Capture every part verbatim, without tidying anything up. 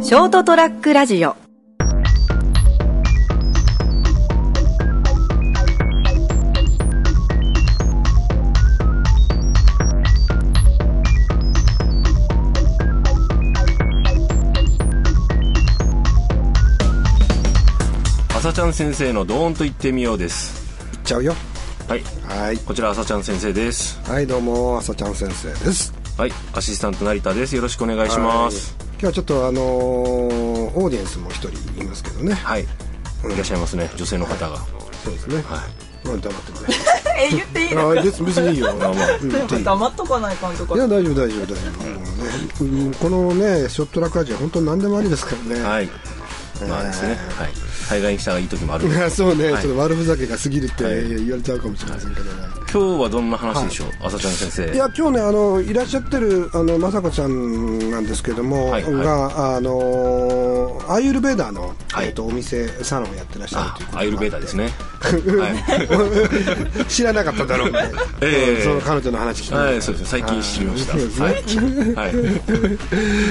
ショートトラックラジオ。 朝ちゃん先生のドーンと言ってみようです。 いっちゃうよ。 はい、はい、こちら朝ちゃん先生です。 はい、どうも朝ちゃん先生です。 はい、アシスタント成田です。よろしくお願いします。 今日はちょっとあのー、オーディエンスも一人いますけどね。 はい、うん、いらっしゃいますね、女性の方が、はい、 そうですね。はい、まあ、黙ってくれえ、言っていいの？ あ、別にいいよ。まあまあ、うん、 黙っとかないかんとか。 いや、大丈夫大丈夫大丈夫、うん、このねショットラックラジオ本当に何でもありですからね。はい、 まあですね、はい、海外にしたらいい時もあるんです。そうね、 はい、 ちょっと悪ふざけが過ぎるって言われちゃうかもしれませんけどね。 今日はどんな話でしょう、はい、朝ちゃん先生。 いや、今日ね、あのいらっしゃってるあの雅子ちゃんなんですけども、はいはい、があのアイユルベーダーの、はい、えー、とお店サロンをやってらっしゃるということで。 アイユルベーダーですね。 はい、知らなかっただろうね、えー、その彼女の話聞いて、 はい、そうですね、最近知りました。最近、はい、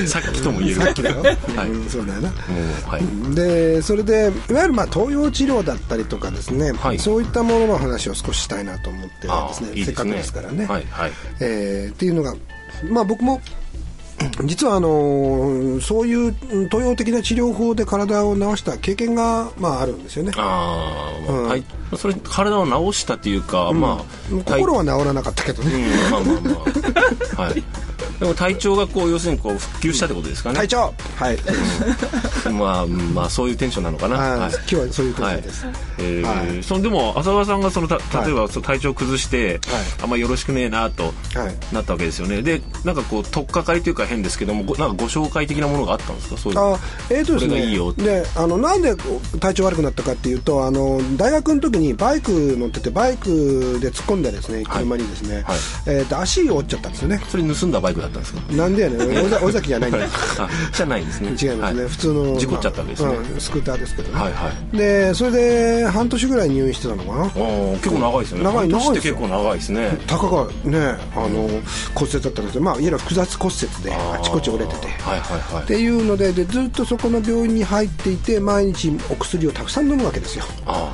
さっきとも言える。 さっきだよ、はい、うん、そうだよな。もう、はい、でそれでいわゆるまあ東洋治療だったりとかですね、はい、そういったものの話を少ししたいなと思ってですね、いいですね、せっかくですからね、はいはい、えー、っていうのが、まあ、僕も実はあのそういう東洋的な治療法で体を治した経験が、まあ、あるんですよね。 あ、うん、はい、それ体を治したというか、うん、まあ、 心は治らなかったけどね、 うん、まあまあまあ、はい、でも体調がこう要するにこう復旧したってことですかね。 体調、はい、 うん、まあまあそういうテンションなのかな。はい、 今日はそういうテンションです。はい、 えーはい、そのでも浅川さんがそのた例えばその体調を崩して、はい、あんまよろしくねえなとなったわけですよね。でなんかこう取っかかりというか変ですけども、なんかご紹介的なものがあったんですか。そういう、 あ、えーとですね、 これがいいよって。 で、あのなんで体調悪くなったかっていうと、あの大学の時にバイク乗っててバイクで突っ込んでですね、車にですね、はいはい、えーと足を折っちゃったんですよね。 それ盗んだバイクだったんですか。 なんでやねん、尾崎じゃないんだ。 あ、じゃないんですね。 違いますね、はい、普通の事故っちゃったわけですね、 まあうん、スクーターですけどね、はいはい、でそれで半年ぐらい入院してたのかな。 結構長いですよね。 長い長いって結構長いですね。 たかがね、あの骨折だったんですけど、まあ、いわゆる複雑骨折であちこち折れてて、はいはいはい、っていうの で, でずっとそこの病院に入っていて毎日お薬をたくさん飲むわけですよ。あ、はい、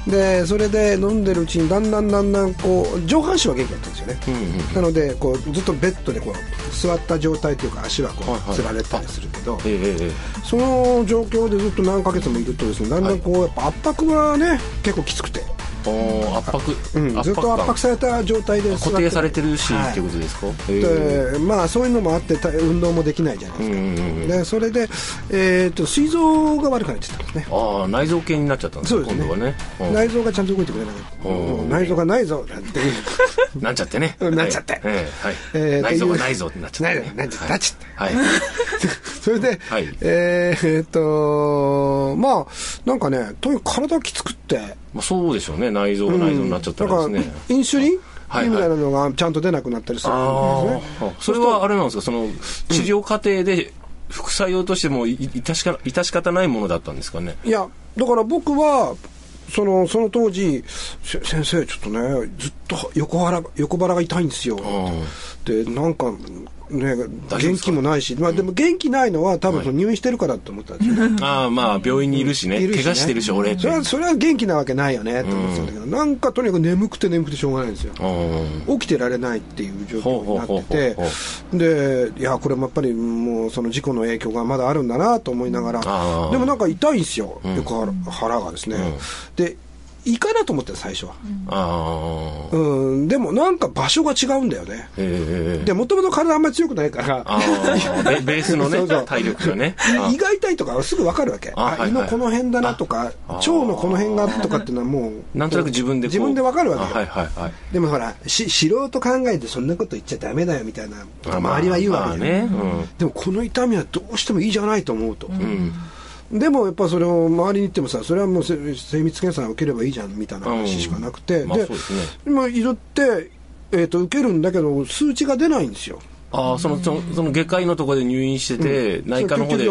でそれで飲んでるうちにだんだんだんだんこう上半身は元気だったんですよね、うんうんうん、なのでこうずっとベッドでこう座った状態というか足はこうつられたりするけど、はいはい、えー、その状況でずっと何ヶ月もいるとですね、だんだんこうやっぱ圧迫はね結構きつくて、 圧迫、 うん、ずっと圧迫された状態で固定されてるし、はい、っていうことですか。 で、まあ、そういうのもあって運動もできないじゃないですか、うんうんうん、でそれで、えー、と膵臓が悪くなっちゃったんですね。 ああ、内臓系になっちゃったんですか。そうですね、今度はね、うん、 内臓がちゃんと動いてくれなかった、うん、内臓がないぞなんてなんちゃってねなっちゃって、 えーはいえー、内臓がないぞってなっちゃって、ね、 なっちゃって、はい、それで、はい、えー、っとまあなんかね、とにかく体きつくって、 まあ、そうでしょうね、内臓が内臓になっちゃったらですね、うん、だからインシュリンみたいなのがちゃんと出なくなったりするんですね。 それはあれなんですか、その治療過程で副作用としても致しか致し方ないものだったんですかね。 いや、だから僕はそのその当時、先生ちょっとねずっと横腹横腹が痛いんですよ、でなんかね、元気もないし、まあ、でも元気ないのは多分その入院してるからって思ったんですよね。 ああ、まあ病院にいるしね、うん、怪我してるし俺、 それはそれは元気なわけないよねって思ってたんだけど、うん、なんかとにかく眠くて眠くてしょうがないんですよ。起きてられないっていう状況になってて、でいやこれもやっぱりもうその事故の影響がまだあるんだなと思いながら、でもなんか痛いんですよ、うん、横腹がですね、うん、でいいかなと思って最初は、うん、うん、でもなんか場所が違うんだよね。でもともと体あんまり強くないからあベ, ベースのねそうそう体力がね胃が痛いとかすぐ分かるわけ。あ、あ、胃のこの辺だなとか腸のこの辺がとかっていうのはもうなんとなく自分で自分で分かるわけよ、 はいはいはい、 でもほらし素人考えてそんなこと言っちゃダメだよみたいな周りは言うわけよ、ね、うん、でもこの痛みはどうしてもいいじゃないと思うと、うん、でもやっぱそれを周りに言ってもさ、それはもう精密検査を受ければいいじゃんみたいな話しかなくて、うん、まあ、で、そうですね、今いるって、えー、と受けるんだけど数値が出ないんですよ。 ああ、そのそのその外科医のところで入院してて、うん、内科の方で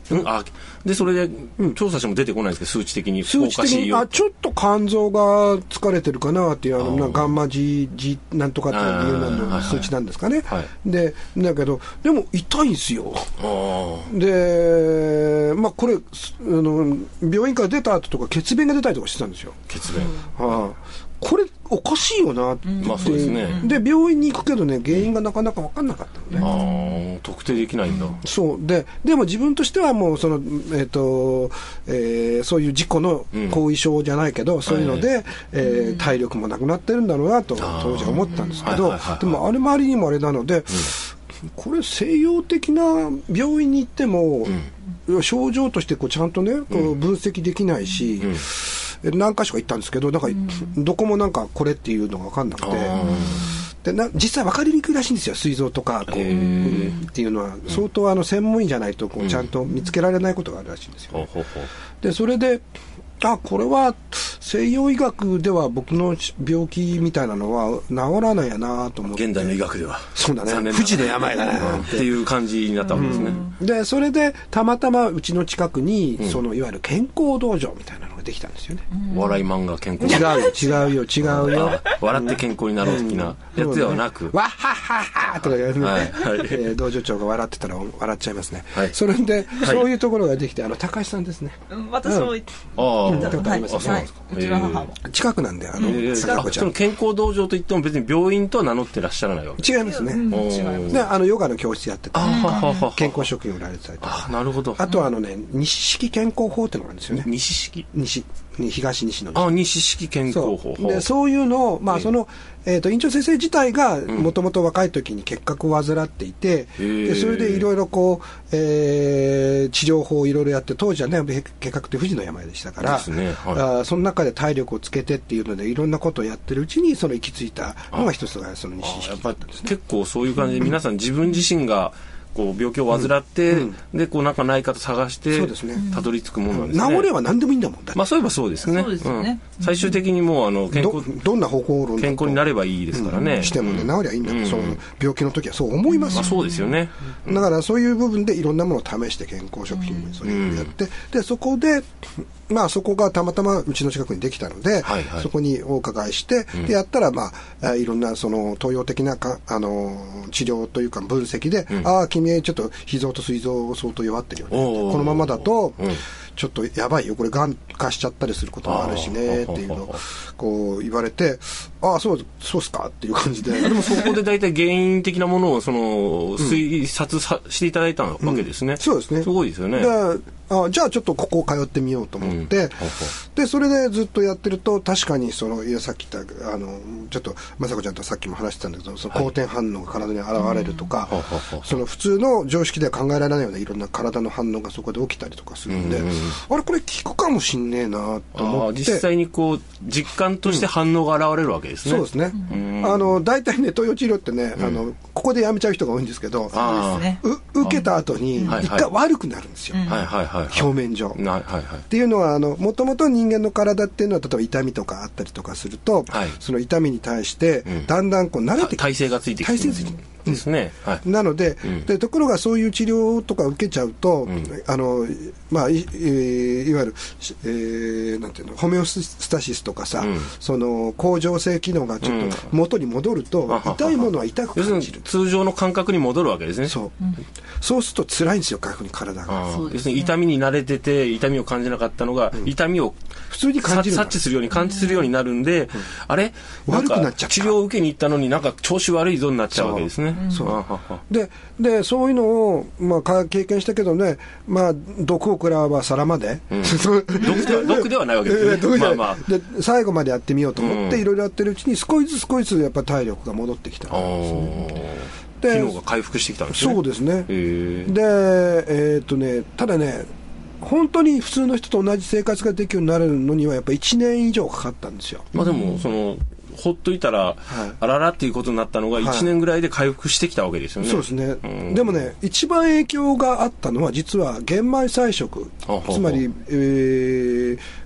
うん、あでそれで、うん、調査しても出てこないんですけど数値的に数値的にあちょっと肝臓が疲れてるかなっていうあのガンマ G, G なんとかっていうの数値なんですかね、はいはい、でだけどでも痛いんですよ。でまあこれあの病院から出た後とか血便が出たりとかしてたんですよ。 血便、 はあ、これおかしいよなって、うん、 まあそうですね。 で病院に行くけどね原因がなかなか分かんなかったのね。 あ特定できないんだ。 そうででも自分としてはもうその、えーとえー、そういう事故の後遺症じゃないけど、うん、そういうので、はいえー、体力もなくなってるんだろうなと当時は思ったんですけど、でもあれ周りにもあれなので、うん、これ西洋的な病院に行っても、うん、症状としてこうちゃんとねこう分析できないし、うん何回しか行ったんですけどなんか、うん、どこもなんかこれっていうのが分かんなくてでな実際分かりにくいらしいんですよ。膵臓とかこう、うん、っていうのは相当あの専門医じゃないとこうちゃんと見つけられないことがあるらしいんですよ、ね、うん、でそれであこれは西洋医学では僕の病気みたいなのは治らないやなと思って現代の医学ではそうだね不治の病だねっていう感じになったわけですね、 うん、でそれでたまたまうちの近くに、うん、そのいわゆる健康道場みたいなのができたんですよね、 うん、笑い漫画健康違うよ違うよ違うよ笑って健康になろう的なやつではなく、うん、 わっはっはっはとかやるね、はいはいえー、道場長が笑ってたら笑っちゃいますね、はい、それで、はい、そういうところができてあの高橋さんですね、 うん、私も、うん、 ああ、 うんはい、そうなんですか。うちの母も近くなんであの、えー、 あその健康道場といっても別に病院とは名乗ってらっしゃらないわけ違いますね、うん、違いますであのヨガの教室やってたりとか健康食品を売られてたりとかあなるほどあとはあのね西式健康法ってのがあるんですよね。 西式西東西の西あ西式健康法そうでそういうのをまあその、えー、と院長先生自体がもともと若い時に結核を患っていて、うん、でそれでいろいろこう、えー、治療法をいろいろやって当時はね結核って不治の病でしたからですね、はい、あその中で体力をつけてっていうのでいろんなことをやってるうちにその行き着いたのが一つがその西式だったんですね。 結構そういう感じで皆さん自分自身がこう病気を患って、うんうん、でこうなんかないかと探してたどり着くものなんですね。 治れば何でもいいんだもんだって。 まあそういえばそうですね。 そうですよね、 うん、最終的にもうあの健康ど, どんな方法論健康になればいいですからね、 うん、してもね治りゃいいんだ、うん、その病気の時はそう思いますよ、 まあ、そうですよね、 うん、だからそういう部分でいろんなものを試して健康食品もそういうのをやって、うん、でそこでまあそこがたまたまうちの近くにできたので、はいはい、そこにお伺いして、うん、でやったらまあいろんなその東洋的なかあの治療というか分析で、うん、ああ君ちょっと脾臓と膵臓相当弱ってるよね、このままだと、うんちょっとやばいよこれがん化しちゃったりすることもあるしねっていうのをこう言われてああそうそうっすかっていう感じででもそこで大体原因的なものをその推察さ、うん、していただいたわけですね、 うん、そうですねすごいですよね。 あじゃあちょっとここを通ってみようと思って、うん、でそれでずっとやってると確かにそのいやさっき言ったあのちょっと雅子ちゃんとさっきも話してたんだけどその好転反応が体に現れるとか、はい、その普通の常識では考えられないようないろんな体の反応がそこで起きたりとかするんで、うん、あれこれ効くかもしんねえなと思って実際にこう実感として反応が現れるわけですね、 うん、そうですね、うん、あの大体ね東洋治療ってね、うん、あのここでやめちゃう人が多いんですけどあう受けた後に一回悪くなるんですよ、はいはいはいはい、表面上、はいはいはい、っていうのはもともと人間の体っていうのは例えば痛みとかあったりとかすると、はい、その痛みに対してだんだんこう慣れてくる耐性がついてきてるですね、はい、 なので、うん、でところがそういう治療とか受けちゃうと、うん、あのまあい, い, いわゆる、えー、なんていうのホメオスタシスとかさ、うん、その恒常性機能がちょっと元に戻ると、うん、痛いものは痛く感じる。 通常の感覚に戻るわけですね。 そう、うん、そうすると辛いんですよ逆に体が。 要するに痛みに慣れてて痛みを感じなかったのが、うん、痛みを普通に感じる察知するように感知するようになるんで、うん、あれ悪くなっちゃった治療を受けに行ったのになんか調子悪いぞになっちゃうわけですね。 そう、うん、で, でそういうのを、まあ、経験したけどね、まあ、毒を食らば皿まで、 うん、毒, では毒ではないわけですね、まあまあ、 で最後までやってみようと思っていろいろやってるうちに少しずつ少しずつやっぱ体力が戻ってきたんですね。 で機能が回復してきたんですね。 そうですね。で、えーっとね、ただね本当に普通の人と同じ生活ができるようになるのにはやっぱいちねん以上かかったんですよ。 まあでもそのほっといたら、はい、あららっていうことになったのがいちねんぐらいで回復してきたわけですよね、 はい、そうですね、うん、でもね一番影響があったのは実は玄米菜食つまり、えー、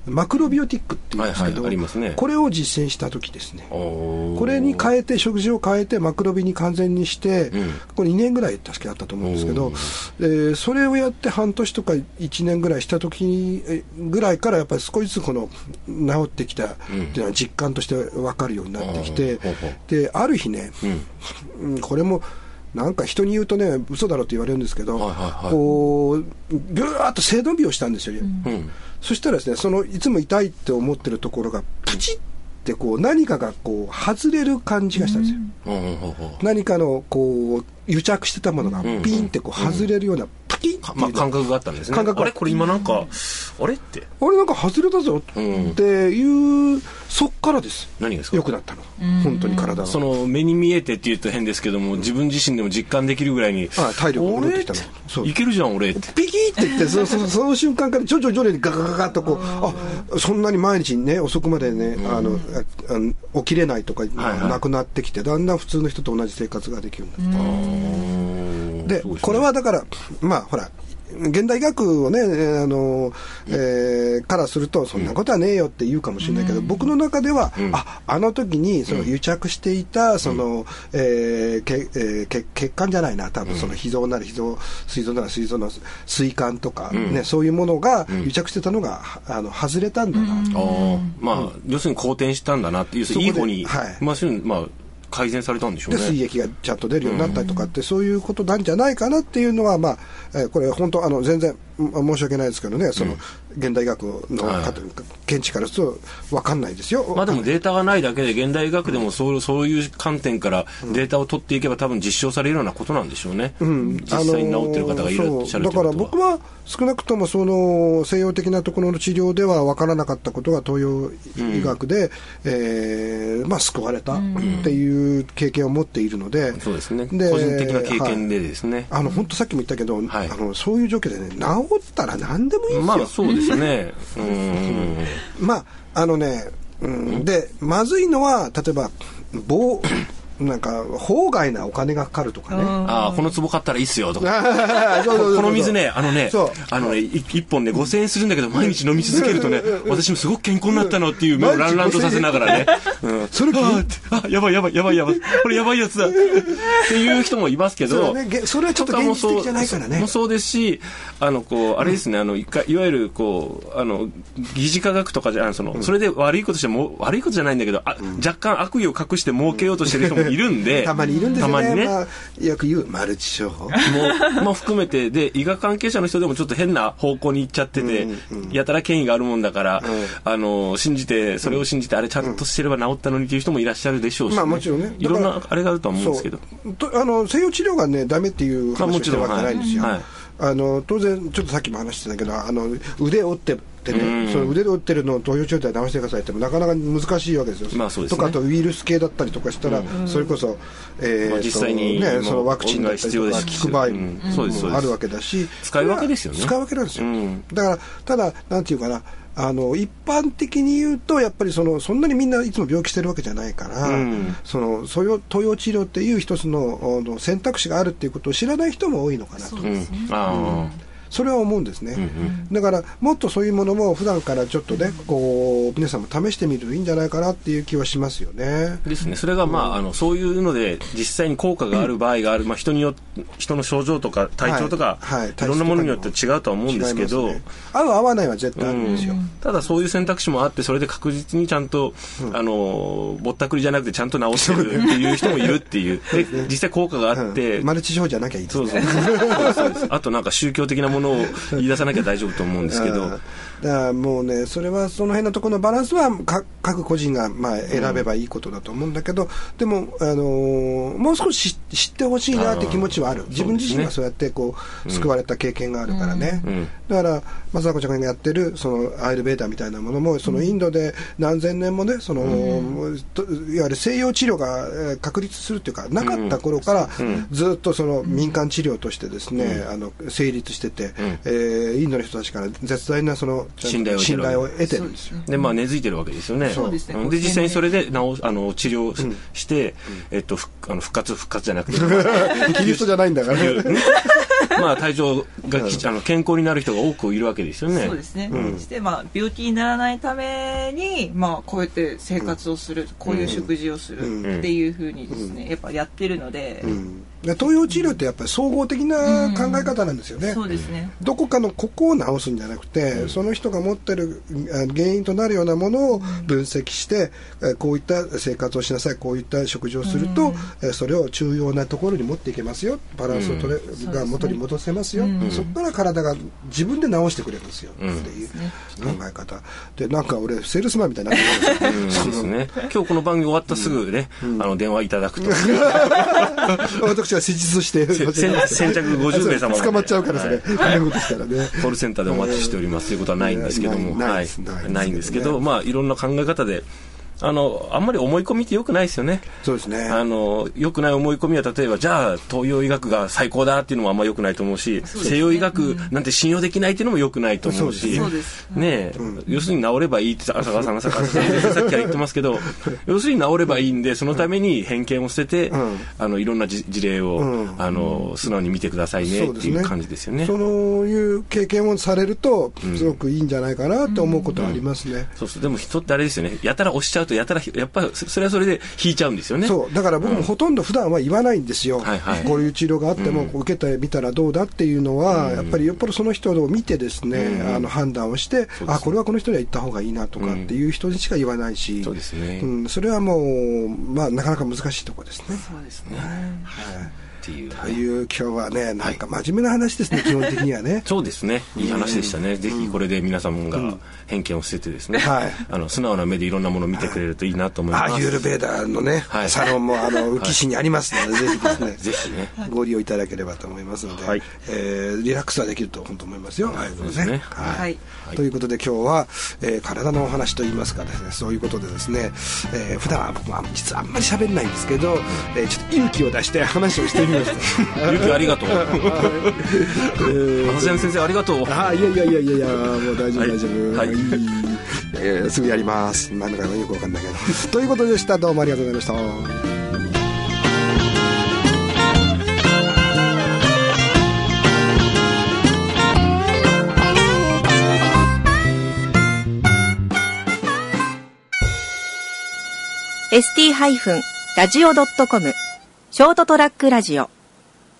マクロビオティックっていうんですけど、 はいはい、ね、 これを実践した時ですね。これに変えて、食事を変えてマクロビに完全にして、うん、これにねんぐらい確かやったと思うんですけど、えー、それをやって半年とかいちねんぐらいした時ぐらいからやっぱり少しずつこの治ってきたっていうのは実感として分かるようになってきて、うん、である日ね、うん、これもなんか人に言うとね嘘だろって言われるんですけど、はいはいはい、こうぐーっと背伸びをしたんですよ、うん、そしたらですね、そのいつも痛いって思ってるところがプチッってこう何かがこう外れる感じがしたんですよ、うん、何かのこう癒着してたものがピンってこう外れるような、プキッっていう、 まあ、感覚があったんですね。感覚あれこれ今なんかあれってあれなんか外れたぞっていう、うん、そっからです何がですか良くなったの、本当に体がその目に見えてって言うと変ですけども、自分自身でも実感できるぐらいに、 ああ体力が戻ってきたの、 そういけるじゃん俺ってピキーって言ってそ, そ, その瞬間から徐々に徐々にガガガガッとこうあそんなに毎日ね遅くまでね、うん、あのあの起きれないとかなくなってきて、はいはい、だんだん普通の人と同じ生活ができるようになって、で、ね、これはだからまあほら現代医学をね、あの、えー、からするとそんなことはねえよって言うかもしれないけど、うん、僕の中では、うん、ああの時にその癒着していたその、うん、えーけえー、け血管じゃないな多分その脾臓なら脾臓膵臓なら膵臓の膵管とか、ね、うん、そういうものが癒着してたのが、あの外れたんだな、うん、 あまあ、うん、要するに好転したんだなっていういい方に、はい、まあまあ改善されたんでしょうね。 で水液がちゃんと出るようになったりとかって、うん、そういうことなんじゃないかなっていうのは、まあえー、これ本当あの全然申し訳ないですけどね、その、うん、現代医学の、はい、見地からすると分かんないですよ。 まあでもデータがないだけで現代医学でもそう、そういう観点からデータを取っていけば多分実証されるようなことなんでしょうね、うん、実際に治ってる方がいらっしゃるということは。だから僕は少なくともその西洋的なところの治療では分からなかったことが東洋医学で、うん、えーまあ、救われたっていう経験を持っているので、うん、 そうですね、個人的な経験でですね、 はい、あの本当さっきも言ったけど、はい、あのそういう状況でね治ったら何でもいいんですよ。 まあそうですねうんまああのね、うん、でまずいのは例えば棒なんか法外なお金がかかるとかね、 ああこの壺買ったらいいっすよとかこの水ねあのねあのね一本ねごせんえんするんだけど毎日飲み続けるとね私もすごく健康になったのっていう目をランランとさせながらね、うん、それああやばいやばいやばいやばいこれやばいやつだっていう人もいますけど、 それ、ね、それはちょっと現実的じゃないからね。 もそうですし、あのこうあれですね、あのいわゆるこうあの疑似科学とかじゃその、うん、それで悪いことしても悪いことじゃないんだけど、あ、うん、若干悪意を隠して儲けようとしてる人もいるんでたまにいるんですよね。たまにね、まあ、よく言うマルチ商法ももう含めてで医学関係者の人でもちょっと変な方向に行っちゃってて、うんうん、やたら権威があるもんだから、うん、あの信じてそれを信じて、うん、あれちゃんとしてれば治ったのにという人もいらっしゃるでしょうし、ね、 まあもちろんね、 いろんなあれがあるとは思うんですけど、 とあの西洋治療がねダメっていう話をしてるわけじゃないんですよ、はいはい、あの当然ちょっとさっきも話してたけど、あの腕を折ってでね、その腕で折ってるのを東洋治療で治してくださいってもなかなか難しいわけですよ、 まあそうですね、 とかあとウイルス系だったりとかしたら、うん、それこそ、えーまあ、 実際に、 ね、そのワクチンだったりとか効く場合もあるわけだし、 使い分けですよね。 使い分けなんですよ、うん、だからただなんていうかな、あの一般的に言うとやっぱりそのそんなにみんないつも病気してるわけじゃないから、うん、そのそういう東洋治療っていう一つの選択肢があるっていうことを知らない人も多いのかなと。そうですね、うん、あそれは思うんですね、うんうん、だからもっとそういうものも普段からちょっとねこう皆さんも試してみるといいんじゃないかなっていう気はしますよね。 ですね。それがまあ、うん、あのそういうので実際に効果がある場合がある、まあ、人によ人の症状とか体調とか、はいはい、いろんなものによって違うとは思うんですけど、ね、 合う合わないは絶対あるんですよ、 うん、ただそういう選択肢もあってそれで確実にちゃんと、うん、あのぼったくりじゃなくてちゃんと治してるっていう人もいるっていうで実際効果があって、 うん、マルチ症じゃなきゃいいですね。 そうそうそうですあとなんか宗教的なものを言い出さなきゃ大丈夫と思うんですけどだからもうねそれはその辺のところのバランスは各個人がまあ選べばいいことだと思うんだけど、うん、でも、あのー、もう少し知ってほしいなって気持ちはある。自分自身がそうやってこう、ね、救われた経験があるからね、うん、だから雅子ちゃんがやってるそのアイルベーダーみたいなものもそのインドで何千年もねその、うん、いわゆる西洋治療が確立するっていうかなかった頃からずっとその民間治療としてですね、うん、あの成立してて、うんえー、インドの人たちから絶大なその信頼を信頼を得てるんですよ。 でまあ根付いてるわけですよね。そうですね。で実際にそれで治あの治療して、うんえっと、あの復活復活じゃなくてキリストじゃないんだからまあ体調があの健康になる人が多くいるわけですよね。 そうですね。うん、してまあ病気にならないためにまあこうやって生活をする、うん、こういう食事をするっていうふうにですね、やっぱやってるので。うん、 東洋治療ってやっぱり総合的な考え方なんですよね。うん、 そうですね。 どこかのここを治すんじゃなくて、うん、その人が持ってる原因となるようなものを分析して、うん、こういった生活をしなさい、こういった食事をすると、うん、それを重要なところに持っていけますよ、バランスを取れ、うん、が元に戻せますよ、うん、そこから体が自分で治してくれるんですよ、うん、っていう考え方で、なんか俺セールスマンみたいになってますそうですね。今日この番組終わったすぐね、うん、あの電話いただくと私は施術して先着ごじゅうめい様捕まっちゃうからですね、はい、コールセンターでお待ちしておりますということはないんですけども、はい、ないんですけど、まあいろんな考え方であのあんまり思い込みって良くないですよね。 そうですね。 あの良くない思い込みは、例えばじゃあ東洋医学が最高だっていうのもあんまり良くないと思うし、う、ね、西洋医学なんて信用できないっていうのも良くないと思うし、 そうです、 ねえ、うん、要するに治ればいいって浅川さんがさっきから言ってますけど要するに治ればいいんで、そのために偏見を捨てて、うん、あのいろんな事例を、うん、あの素直に見てくださいねっていう感じですよね。 そういう経験をされるとすごくいいんじゃないかなと思うことはありますね。 うんうん、そうそう。でも人ってあれですよね、やたら押しちゃうとやたらやっぱりそれはそれで引いちゃうんですよね。 そうだから僕もほとんど普段は言わないんですよ、うんはいはい、こういう治療があっても受けてみたらどうだっていうのは、うん、やっぱりよっぽどその人を見てですね、うん、あの判断をして、うん、あこれはこの人には言った方がいいなとかっていう人にしか言わないし、うん、そうですね、うん、それはもう、まあ、なかなか難しいところですね。 そうですね、 はいっていう、ね、という今日はね、なんか真面目な話ですね、はい、基本的にはね。 そうですね、いい話でしたね、うん、ぜひこれで皆さんが偏見を捨ててですね、うん、あの素直な目でいろんなものを見てくれるといいなと思います。 アーユルベーダーのね、はい、サロンもあの浮石にありますので、はい、ぜひですねぜひねご利用いただければと思いますので、はいえー、リラックスはできると本当思いますよ。はい、そうですね、はいはい、ということで今日は、えー、体のお話といいますかですね、そういうことでですね、えー、普段は僕は実はあんまり喋れないんですけど、えー、ちょっと勇気を出して話をしてみました勇気ありがとう浅瀬先生ありがとう。 あいやいやいやいやいやもう大丈夫、はい、大丈夫、はいえー、すぐやります。何だかよくわかんないけどということでした。どうもありがとうございました。 エスティー ラジオ ドットコム ショートトラックラジオ